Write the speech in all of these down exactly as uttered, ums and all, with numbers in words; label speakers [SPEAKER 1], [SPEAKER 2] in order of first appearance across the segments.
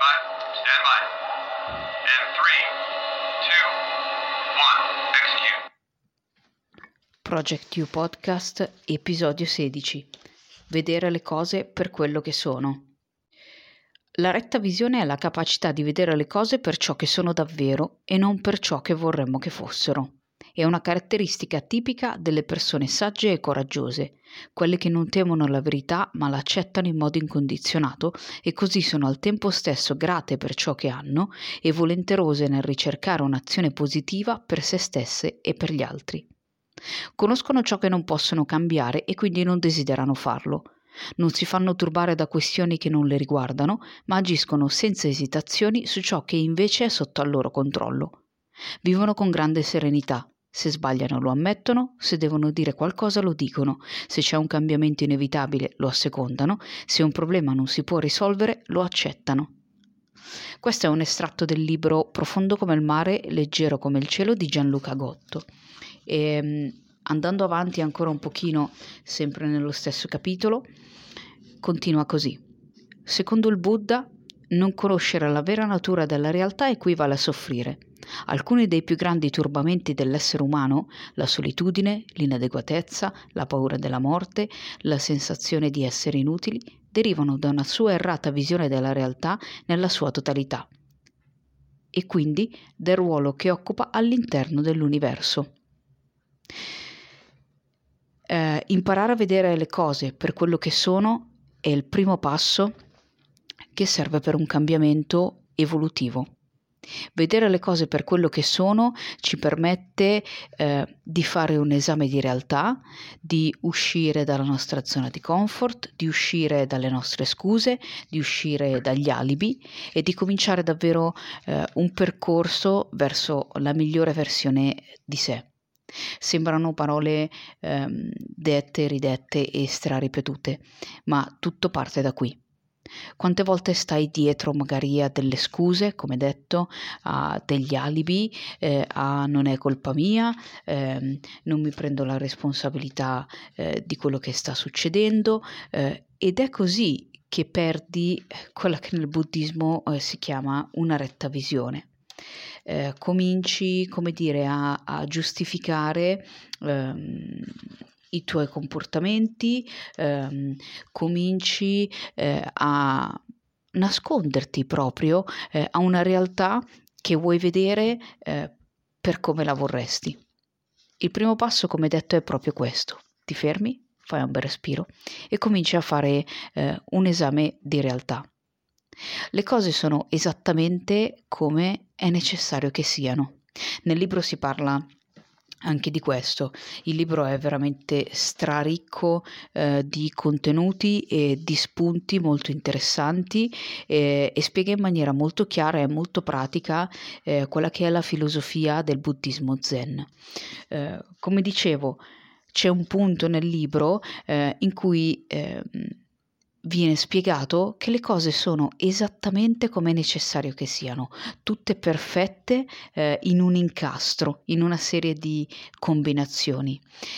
[SPEAKER 1] by. Stand by. And three, two, one. Execute.
[SPEAKER 2] Project You Podcast, episodio sedici. Vedere le cose per quello che sono. La retta visione è la capacità di vedere le cose per ciò che sono davvero e non per ciò che vorremmo che fossero. È una caratteristica tipica delle persone sagge e coraggiose, quelle che non temono la verità ma l'accettano in modo incondizionato e così sono al tempo stesso grate per ciò che hanno e volenterose nel ricercare un'azione positiva per se stesse e per gli altri. Conoscono ciò che non possono cambiare e quindi non desiderano farlo. Non si fanno turbare da questioni che non le riguardano, ma agiscono senza esitazioni su ciò che invece è sotto al loro controllo. Vivono con grande serenità. Se sbagliano lo ammettono, se devono dire qualcosa lo dicono, se c'è un cambiamento inevitabile lo assecondano, se un problema non si può risolvere lo accettano. Questo è un estratto del libro Profondo come il mare, leggero come il cielo di Gianluca Gotto. E, andando avanti ancora un pochino, sempre nello stesso capitolo, continua così. Secondo il Buddha, non conoscere la vera natura della realtà equivale a soffrire. Alcuni dei più grandi turbamenti dell'essere umano, la solitudine, l'inadeguatezza, la paura della morte, la sensazione di essere inutili, derivano da una sua errata visione della realtà nella sua totalità e quindi del ruolo che occupa all'interno dell'universo. Eh, imparare a vedere le cose per quello che sono è il primo passo che serve per un cambiamento evolutivo. Vedere le cose per quello che sono ci permette eh, di fare un esame di realtà, di uscire dalla nostra zona di comfort, di uscire dalle nostre scuse, di uscire dagli alibi e di cominciare davvero eh, un percorso verso la migliore versione di sé. Sembrano parole ehm, dette, ridette e straripetute, ma tutto parte da qui. Quante volte stai dietro magari a delle scuse, come detto, a degli alibi, eh, a non è colpa mia, eh, non mi prendo la responsabilità eh, di quello che sta succedendo eh, ed è così che perdi quella che nel buddismo eh, si chiama una retta visione. Eh, cominci, come dire, a, a giustificare ehm, i tuoi comportamenti, ehm, cominci eh, a nasconderti proprio eh, a una realtà che vuoi vedere eh, per come la vorresti. Il primo passo, come detto, è proprio questo. Ti fermi, fai un bel respiro e cominci a fare eh, un esame di realtà. Le cose sono esattamente come è necessario che siano. Nel libro si parla anche di questo. Il libro è veramente straricco eh, di contenuti e di spunti molto interessanti eh, e spiega in maniera molto chiara e molto pratica eh, quella che è la filosofia del buddismo zen. Eh, come dicevo, c'è un punto nel libro eh, in cui eh, viene spiegato che le cose sono esattamente come è necessario che siano, tutte perfette eh, in un incastro, in una serie di combinazioni.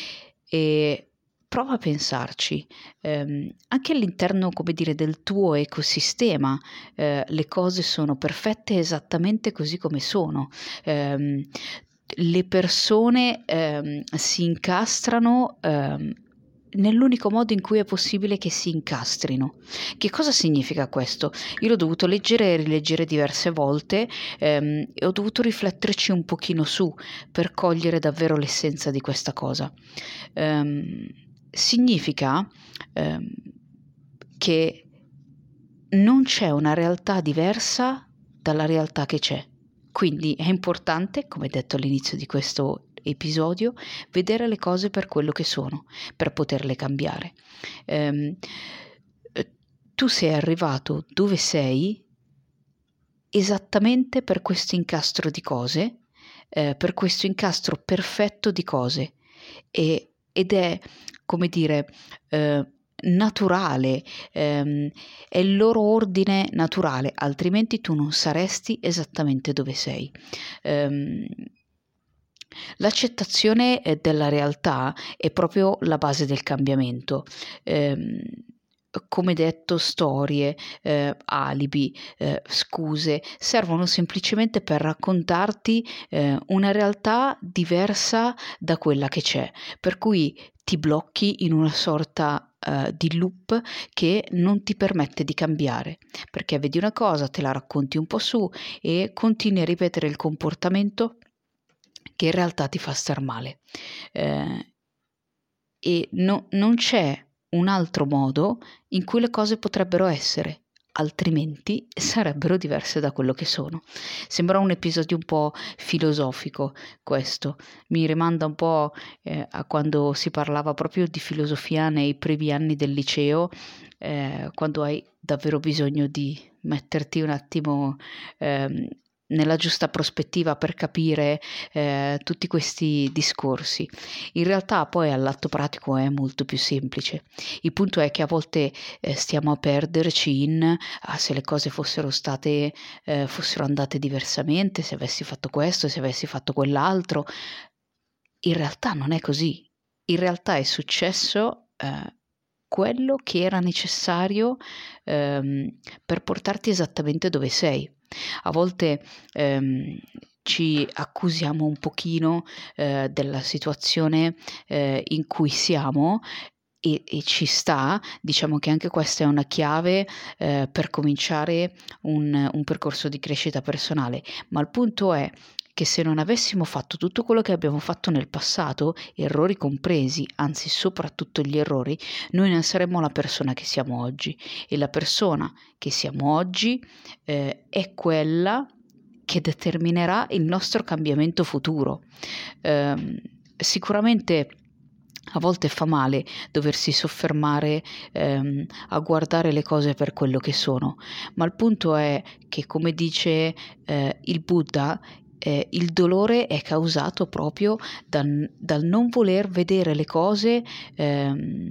[SPEAKER 2] E prova a pensarci, ehm, anche all'interno, come dire, del tuo ecosistema eh, le cose sono perfette esattamente così come sono. Ehm, le persone ehm, si incastrano ehm, nell'unico modo in cui è possibile che si incastrino. Che cosa significa questo? Io l'ho dovuto leggere e rileggere diverse volte ehm, e ho dovuto rifletterci un pochino su per cogliere davvero l'essenza di questa cosa. Ehm, significa ehm, che non c'è una realtà diversa dalla realtà che c'è. Quindi è importante, come detto all'inizio di questo episodio, vedere le cose per quello che sono, per poterle cambiare. Ehm, tu sei arrivato dove sei esattamente per questo incastro di cose, eh, per questo incastro perfetto di cose e, ed è, come dire, eh, naturale, ehm, è il loro ordine naturale, altrimenti tu non saresti esattamente dove sei. Ehm, L'accettazione eh, della realtà è proprio la base del cambiamento. Ehm, come detto, storie, eh, alibi, eh, scuse, servono semplicemente per raccontarti eh, una realtà diversa da quella che c'è, per cui ti blocchi in una sorta eh, di loop che non ti permette di cambiare, perché vedi una cosa, te la racconti un po' su e continui a ripetere il comportamento che in realtà ti fa star male. Eh, e no, non c'è un altro modo in cui le cose potrebbero essere, altrimenti sarebbero diverse da quello che sono. Sembra un episodio un po' filosofico questo, mi rimanda un po' eh, a quando si parlava proprio di filosofia nei primi anni del liceo, eh, quando hai davvero bisogno di metterti un attimo ehm, nella giusta prospettiva per capire eh, tutti questi discorsi. In realtà poi all'atto pratico è molto più semplice. Il punto è che a volte eh, stiamo a perderci in ah, se le cose fossero state, eh, fossero andate diversamente, se avessi fatto questo, se avessi fatto quell'altro. In realtà non è così. In realtà è successo eh, quello che era necessario ehm, per portarti esattamente dove sei. A volte ehm, ci accusiamo un pochino eh, della situazione eh, in cui siamo e, e ci sta, diciamo che anche questa è una chiave eh, per cominciare un, un percorso di crescita personale, ma il punto è che se non avessimo fatto tutto quello che abbiamo fatto nel passato, errori compresi, anzi soprattutto gli errori, noi non saremmo la persona che siamo oggi, e la persona che siamo oggi eh, è quella che determinerà il nostro cambiamento futuro. Eh, sicuramente a volte fa male doversi soffermare ehm, a guardare le cose per quello che sono, ma il punto è che, come dice eh, il Buddha, eh, il dolore è causato proprio dal, dal non voler vedere le cose ehm,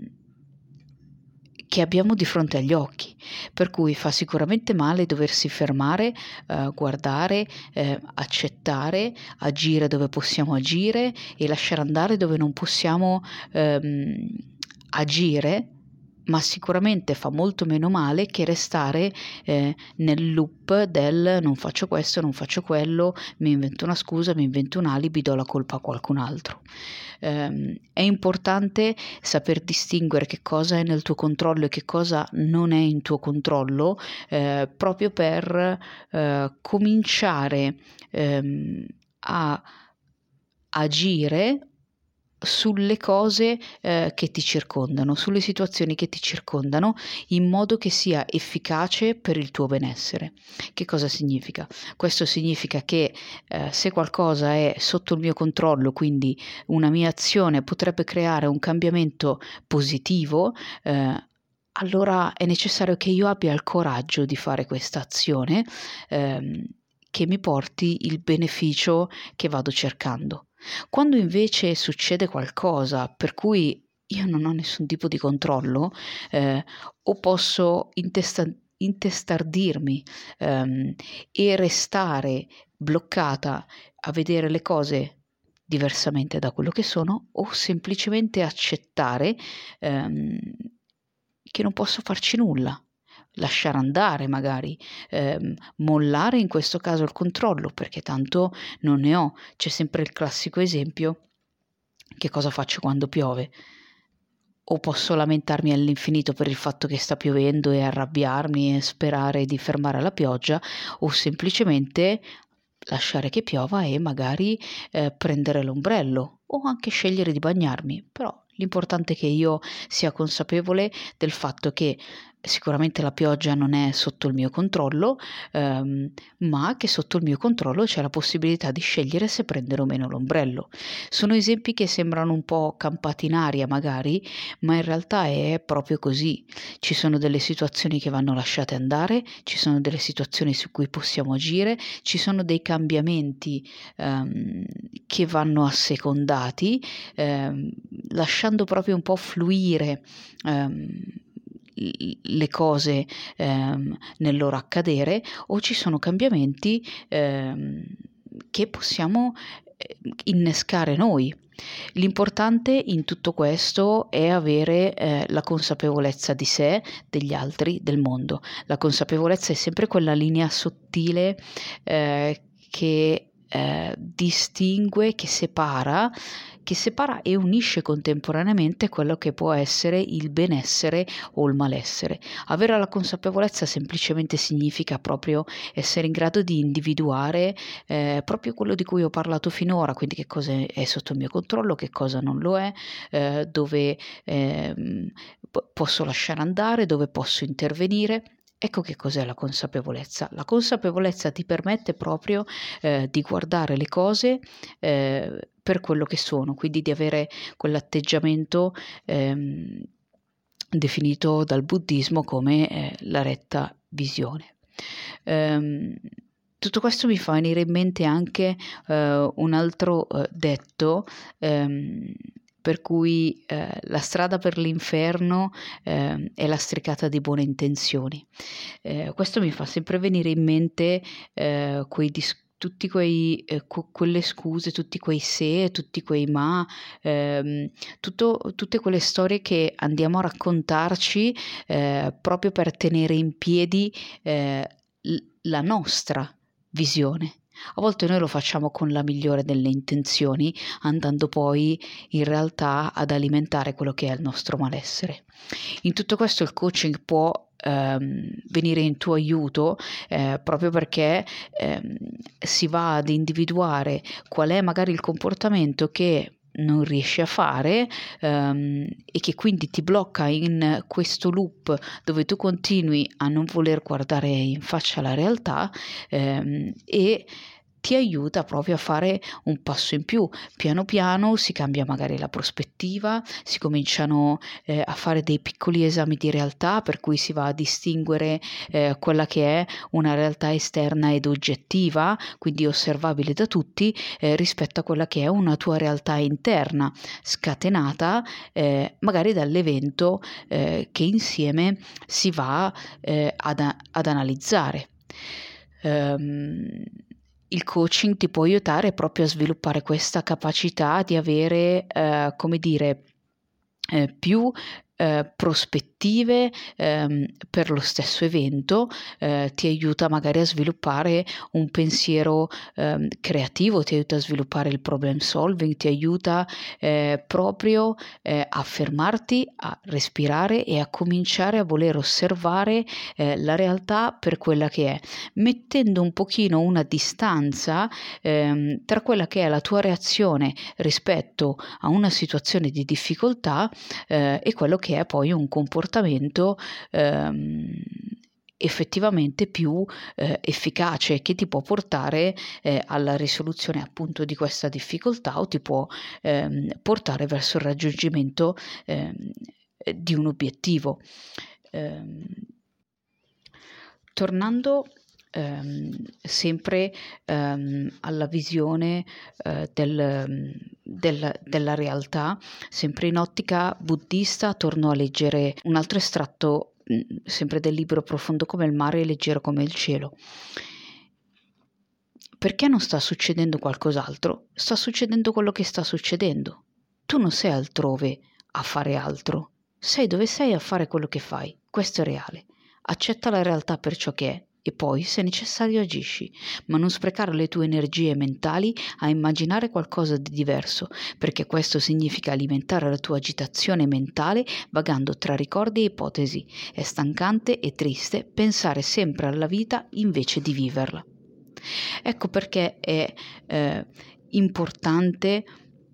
[SPEAKER 2] che abbiamo di fronte agli occhi, per cui fa sicuramente male doversi fermare, eh, guardare, eh, accettare, agire dove possiamo agire e lasciare andare dove non possiamo ehm, agire, ma sicuramente fa molto meno male che restare eh, nel loop del non faccio questo, non faccio quello, mi invento una scusa, mi invento un alibi, do la colpa a qualcun altro. Eh, è importante saper distinguere che cosa è nel tuo controllo e che cosa non è in tuo controllo, eh, proprio per eh, cominciare ehm, a agire sulle cose eh, che ti circondano, sulle situazioni che ti circondano, in modo che sia efficace per il tuo benessere. Che cosa significa? Questo significa che eh, se qualcosa è sotto il mio controllo, quindi una mia azione potrebbe creare un cambiamento positivo, eh, allora è necessario che io abbia il coraggio di fare questa azione ehm, che mi porti il beneficio che vado cercando. Quando invece succede qualcosa per cui io non ho nessun tipo di controllo, eh, o posso intesta- intestardirmi ehm, e restare bloccata a vedere le cose diversamente da quello che sono, o semplicemente accettare ehm, che non posso farci nulla, lasciare andare magari, ehm, mollare in questo caso il controllo, perché tanto non ne ho. C'è sempre il classico esempio: che cosa faccio quando piove? O posso lamentarmi all'infinito per il fatto che sta piovendo e arrabbiarmi e sperare di fermare la pioggia, o semplicemente lasciare che piova e magari eh, prendere l'ombrello o anche scegliere di bagnarmi. Però l'importante è che io sia consapevole del fatto che sicuramente la pioggia non è sotto il mio controllo, ehm, ma che sotto il mio controllo c'è la possibilità di scegliere se prendere o meno l'ombrello. Sono esempi che sembrano un po' campati in aria magari, ma in realtà è proprio così. Ci sono delle situazioni che vanno lasciate andare, ci sono delle situazioni su cui possiamo agire, ci sono dei cambiamenti ehm, che vanno assecondati, ehm, lasciando proprio un po' fluire ehm, le cose ehm, nel loro accadere, o ci sono cambiamenti ehm, che possiamo innescare noi. L'importante in tutto questo è avere eh, la consapevolezza di sé, degli altri, del mondo. La consapevolezza è sempre quella linea sottile eh, che eh, distingue, che separa, che separa e unisce contemporaneamente quello che può essere il benessere o il malessere. Avere la consapevolezza semplicemente significa proprio essere in grado di individuare eh, proprio quello di cui ho parlato finora, quindi che cosa è sotto il mio controllo, che cosa non lo è, eh, dove eh, posso lasciare andare, dove posso intervenire. Ecco che cos'è la consapevolezza. La consapevolezza ti permette proprio eh, di guardare le cose eh, per quello che sono, quindi di avere quell'atteggiamento ehm, definito dal buddismo come eh, la retta visione. Um, tutto questo mi fa venire in mente anche uh, un altro uh, detto um, per cui eh, la strada per l'inferno eh, è lastricata di buone intenzioni. Eh, questo mi fa sempre venire in mente eh, quei discorsi, tutti quei, eh, co- quelle scuse, tutti quei se, tutti quei ma, ehm, tutto, tutte quelle storie che andiamo a raccontarci eh, proprio per tenere in piedi eh, l- la nostra visione. A volte noi lo facciamo con la migliore delle intenzioni, andando poi in realtà ad alimentare quello che è il nostro malessere. In tutto questo il coaching può ehm, venire in tuo aiuto eh, proprio perché ehm, si va ad individuare qual è magari il comportamento che non riesci a fare um, e che quindi ti blocca in questo loop dove tu continui a non voler guardare in faccia la realtà um, e ti aiuta proprio a fare un passo in più. Piano piano si cambia magari la prospettiva, si cominciano eh, a fare dei piccoli esami di realtà per cui si va a distinguere eh, quella che è una realtà esterna ed oggettiva, quindi osservabile da tutti, eh, rispetto a quella che è una tua realtà interna, scatenata eh, magari dall'evento eh, che insieme si va eh, ad, ad analizzare. Um, Il coaching ti può aiutare proprio a sviluppare questa capacità di avere, eh, come dire, eh, più eh, prospettive ehm, per lo stesso evento, eh, ti aiuta magari a sviluppare un pensiero ehm, creativo, ti aiuta a sviluppare il problem solving, ti aiuta eh, proprio eh, a fermarti, a respirare e a cominciare a voler osservare eh, la realtà per quella che è, mettendo un pochino una distanza ehm, tra quella che è la tua reazione rispetto a una situazione di difficoltà eh, e quello che è poi un comportamento ehm, effettivamente più eh, efficace, che ti può portare eh, alla risoluzione appunto di questa difficoltà o ti può ehm, portare verso il raggiungimento ehm, di un obiettivo. Ehm, tornando ehm, sempre ehm, alla visione eh, del, del, della realtà, sempre in ottica buddista, torno a leggere un altro estratto mh, sempre del libro Profondo come il mare e leggero come il cielo. Perché non sta succedendo qualcos'altro? Sta succedendo quello che sta succedendo. Tu non sei altrove a fare altro, sei dove sei a fare quello che fai. Questo è reale. Accetta la realtà per ciò che è e poi, se necessario, agisci, ma non sprecare le tue energie mentali a immaginare qualcosa di diverso, perché questo significa alimentare la tua agitazione mentale vagando tra ricordi e ipotesi. È stancante e triste pensare sempre alla vita invece di viverla. Ecco perché è eh, importante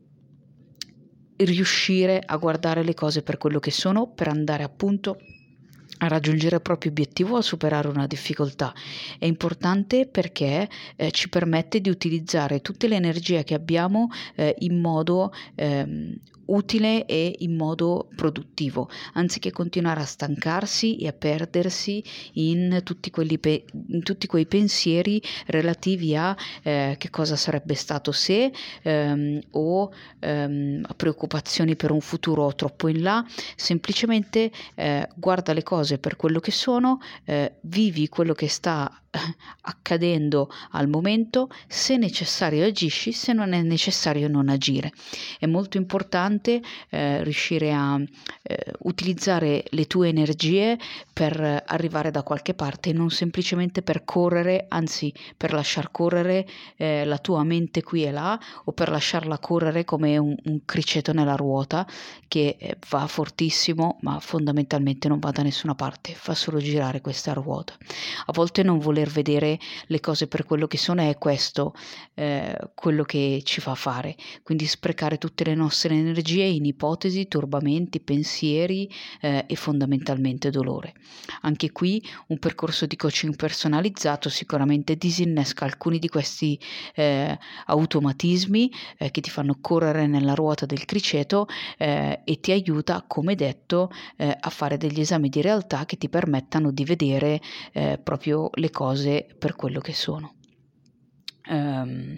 [SPEAKER 2] riuscire a guardare le cose per quello che sono, per andare appunto a raggiungere il proprio obiettivo o a superare una difficoltà. È importante perché eh, ci permette di utilizzare tutte le energie che abbiamo eh, in modo ehm, utile e in modo produttivo, anziché continuare a stancarsi e a perdersi in tutti, quelli pe- in tutti quei pensieri relativi a eh, che cosa sarebbe stato se ehm, o ehm, preoccupazioni per un futuro troppo in là. Semplicemente eh, guarda le cose per quello che sono, eh, vivi quello che sta accadendo al momento, se necessario agisci, se non è necessario non agire. È molto importante eh, riuscire a eh, utilizzare le tue energie per arrivare da qualche parte, non semplicemente per correre, anzi per lasciar correre eh, la tua mente qui e là, o per lasciarla correre come un, un criceto nella ruota che eh, va fortissimo ma fondamentalmente non va da nessuna parte, fa solo girare questa ruota. A volte non voler vedere le cose per quello che sono è questo eh, quello che ci fa fare, quindi sprecare tutte le nostre energie in ipotesi, turbamenti, pensieri eh, e fondamentalmente dolore. Anche qui un percorso di coaching personalizzato sicuramente disinnesca alcuni di questi eh, automatismi eh, che ti fanno correre nella ruota del criceto eh, e ti aiuta, come detto, eh, a fare degli esami di realtà che ti permettano di vedere eh, proprio le cose per quello che sono. Um,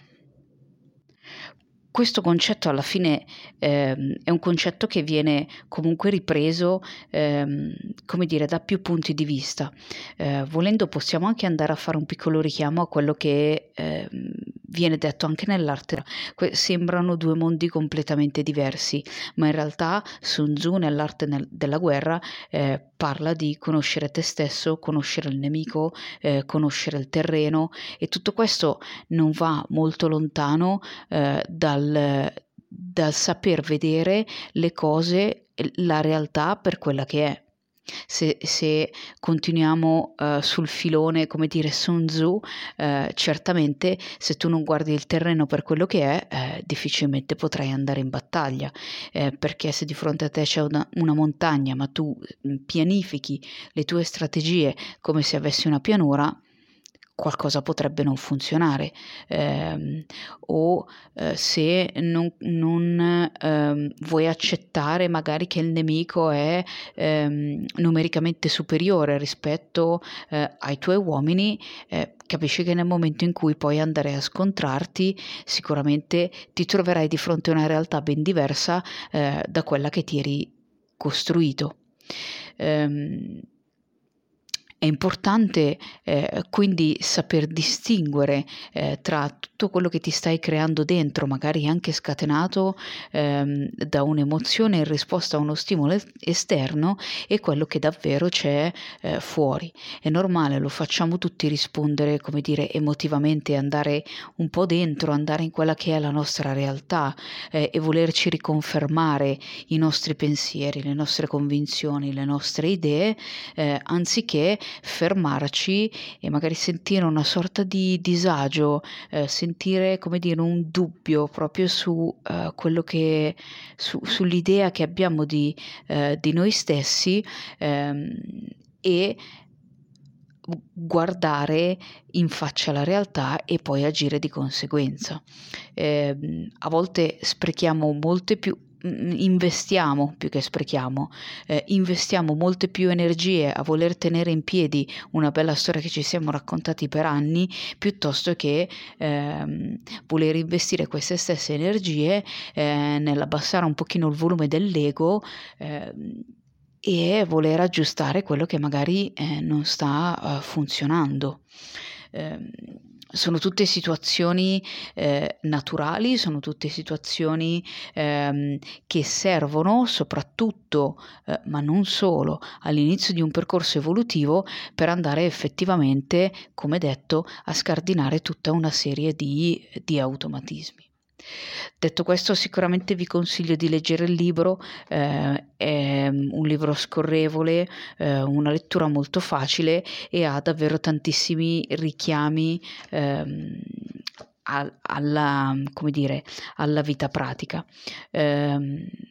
[SPEAKER 2] questo concetto alla fine ehm, è un concetto che viene comunque ripreso ehm, come dire, da più punti di vista. Eh, volendo possiamo anche andare a fare un piccolo richiamo a quello che ehm, viene detto anche nell'arte. Que- sembrano due mondi completamente diversi, ma in realtà Sun Tzu nell'arte nel- della guerra eh, parla di conoscere te stesso, conoscere il nemico, eh, conoscere il terreno, e tutto questo non va molto lontano eh, dal dal saper vedere le cose, la realtà per quella che è. Se, se continuiamo uh, sul filone, come dire, Sun Tzu, uh, certamente se tu non guardi il terreno per quello che è, eh, difficilmente potrai andare in battaglia, eh, perché se di fronte a te c'è una, una montagna, ma tu pianifichi le tue strategie come se avessi una pianura, qualcosa potrebbe non funzionare, eh, o eh, se non, non eh, vuoi accettare magari che il nemico è eh, numericamente superiore rispetto eh, ai tuoi uomini, eh, capisci che nel momento in cui poi andare a scontrarti sicuramente ti troverai di fronte a una realtà ben diversa eh, da quella che ti eri costruito. Um, È importante eh, quindi saper distinguere eh, tra tutto quello che ti stai creando dentro, magari anche scatenato ehm, da un'emozione in risposta a uno stimolo esterno, e quello che davvero c'è eh, fuori. È normale, lo facciamo tutti, rispondere, come dire, emotivamente, andare un po' dentro, andare in quella che è la nostra realtà eh, e volerci riconfermare i nostri pensieri, le nostre convinzioni, le nostre idee, eh, anziché fermarci e magari sentire una sorta di disagio, eh, sentire, come dire, un dubbio proprio su eh, quello che su, sull'idea che abbiamo di, eh, di noi stessi, ehm, e guardare in faccia la realtà e poi agire di conseguenza. Eh, a volte sprechiamo molte più investiamo più che sprechiamo, eh, investiamo molte più energie a voler tenere in piedi una bella storia che ci siamo raccontati per anni, piuttosto che ehm, voler investire queste stesse energie eh, nell'abbassare un pochino il volume dell'ego eh, e voler aggiustare quello che magari eh, non sta uh, funzionando. Eh, sono tutte situazioni eh, naturali, sono tutte situazioni ehm, che servono soprattutto, eh, ma non solo, all'inizio di un percorso evolutivo per andare effettivamente, come detto, a scardinare tutta una serie di, di automatismi. Detto questo, sicuramente vi consiglio di leggere il libro, eh, è un libro scorrevole, eh, una lettura molto facile e ha davvero tantissimi richiami ehm, a, alla, come dire, alla vita pratica. Eh,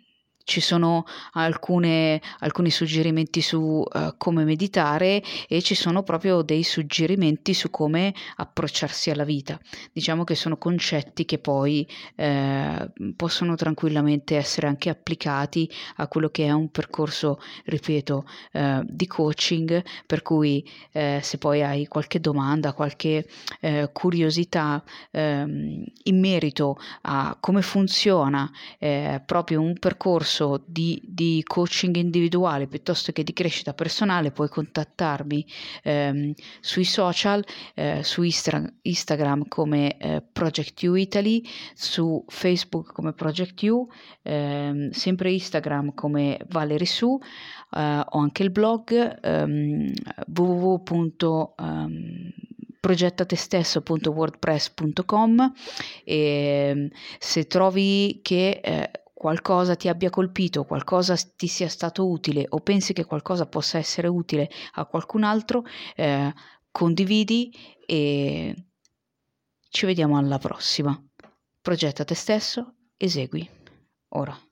[SPEAKER 2] ci sono alcune, alcuni suggerimenti su uh, come meditare e ci sono proprio dei suggerimenti su come approcciarsi alla vita. Diciamo che sono concetti che poi eh, possono tranquillamente essere anche applicati a quello che è un percorso, ripeto, eh, di coaching, per cui eh, se poi hai qualche domanda, qualche eh, curiosità ehm, in merito a come funziona eh, proprio un percorso di, di coaching individuale piuttosto che di crescita personale, puoi contattarmi ehm, sui social, eh, su Istra- Instagram come eh, Project You Italy, su Facebook come Project You, ehm, sempre Instagram come Valerie Su, eh, ho anche il blog ehm, w w w punto progettatestesso punto wordpress punto com e se trovi che eh, qualcosa ti abbia colpito, qualcosa ti sia stato utile o pensi che qualcosa possa essere utile a qualcun altro, eh, condividi e ci vediamo alla prossima. Progetta te stesso, esegui. Ora.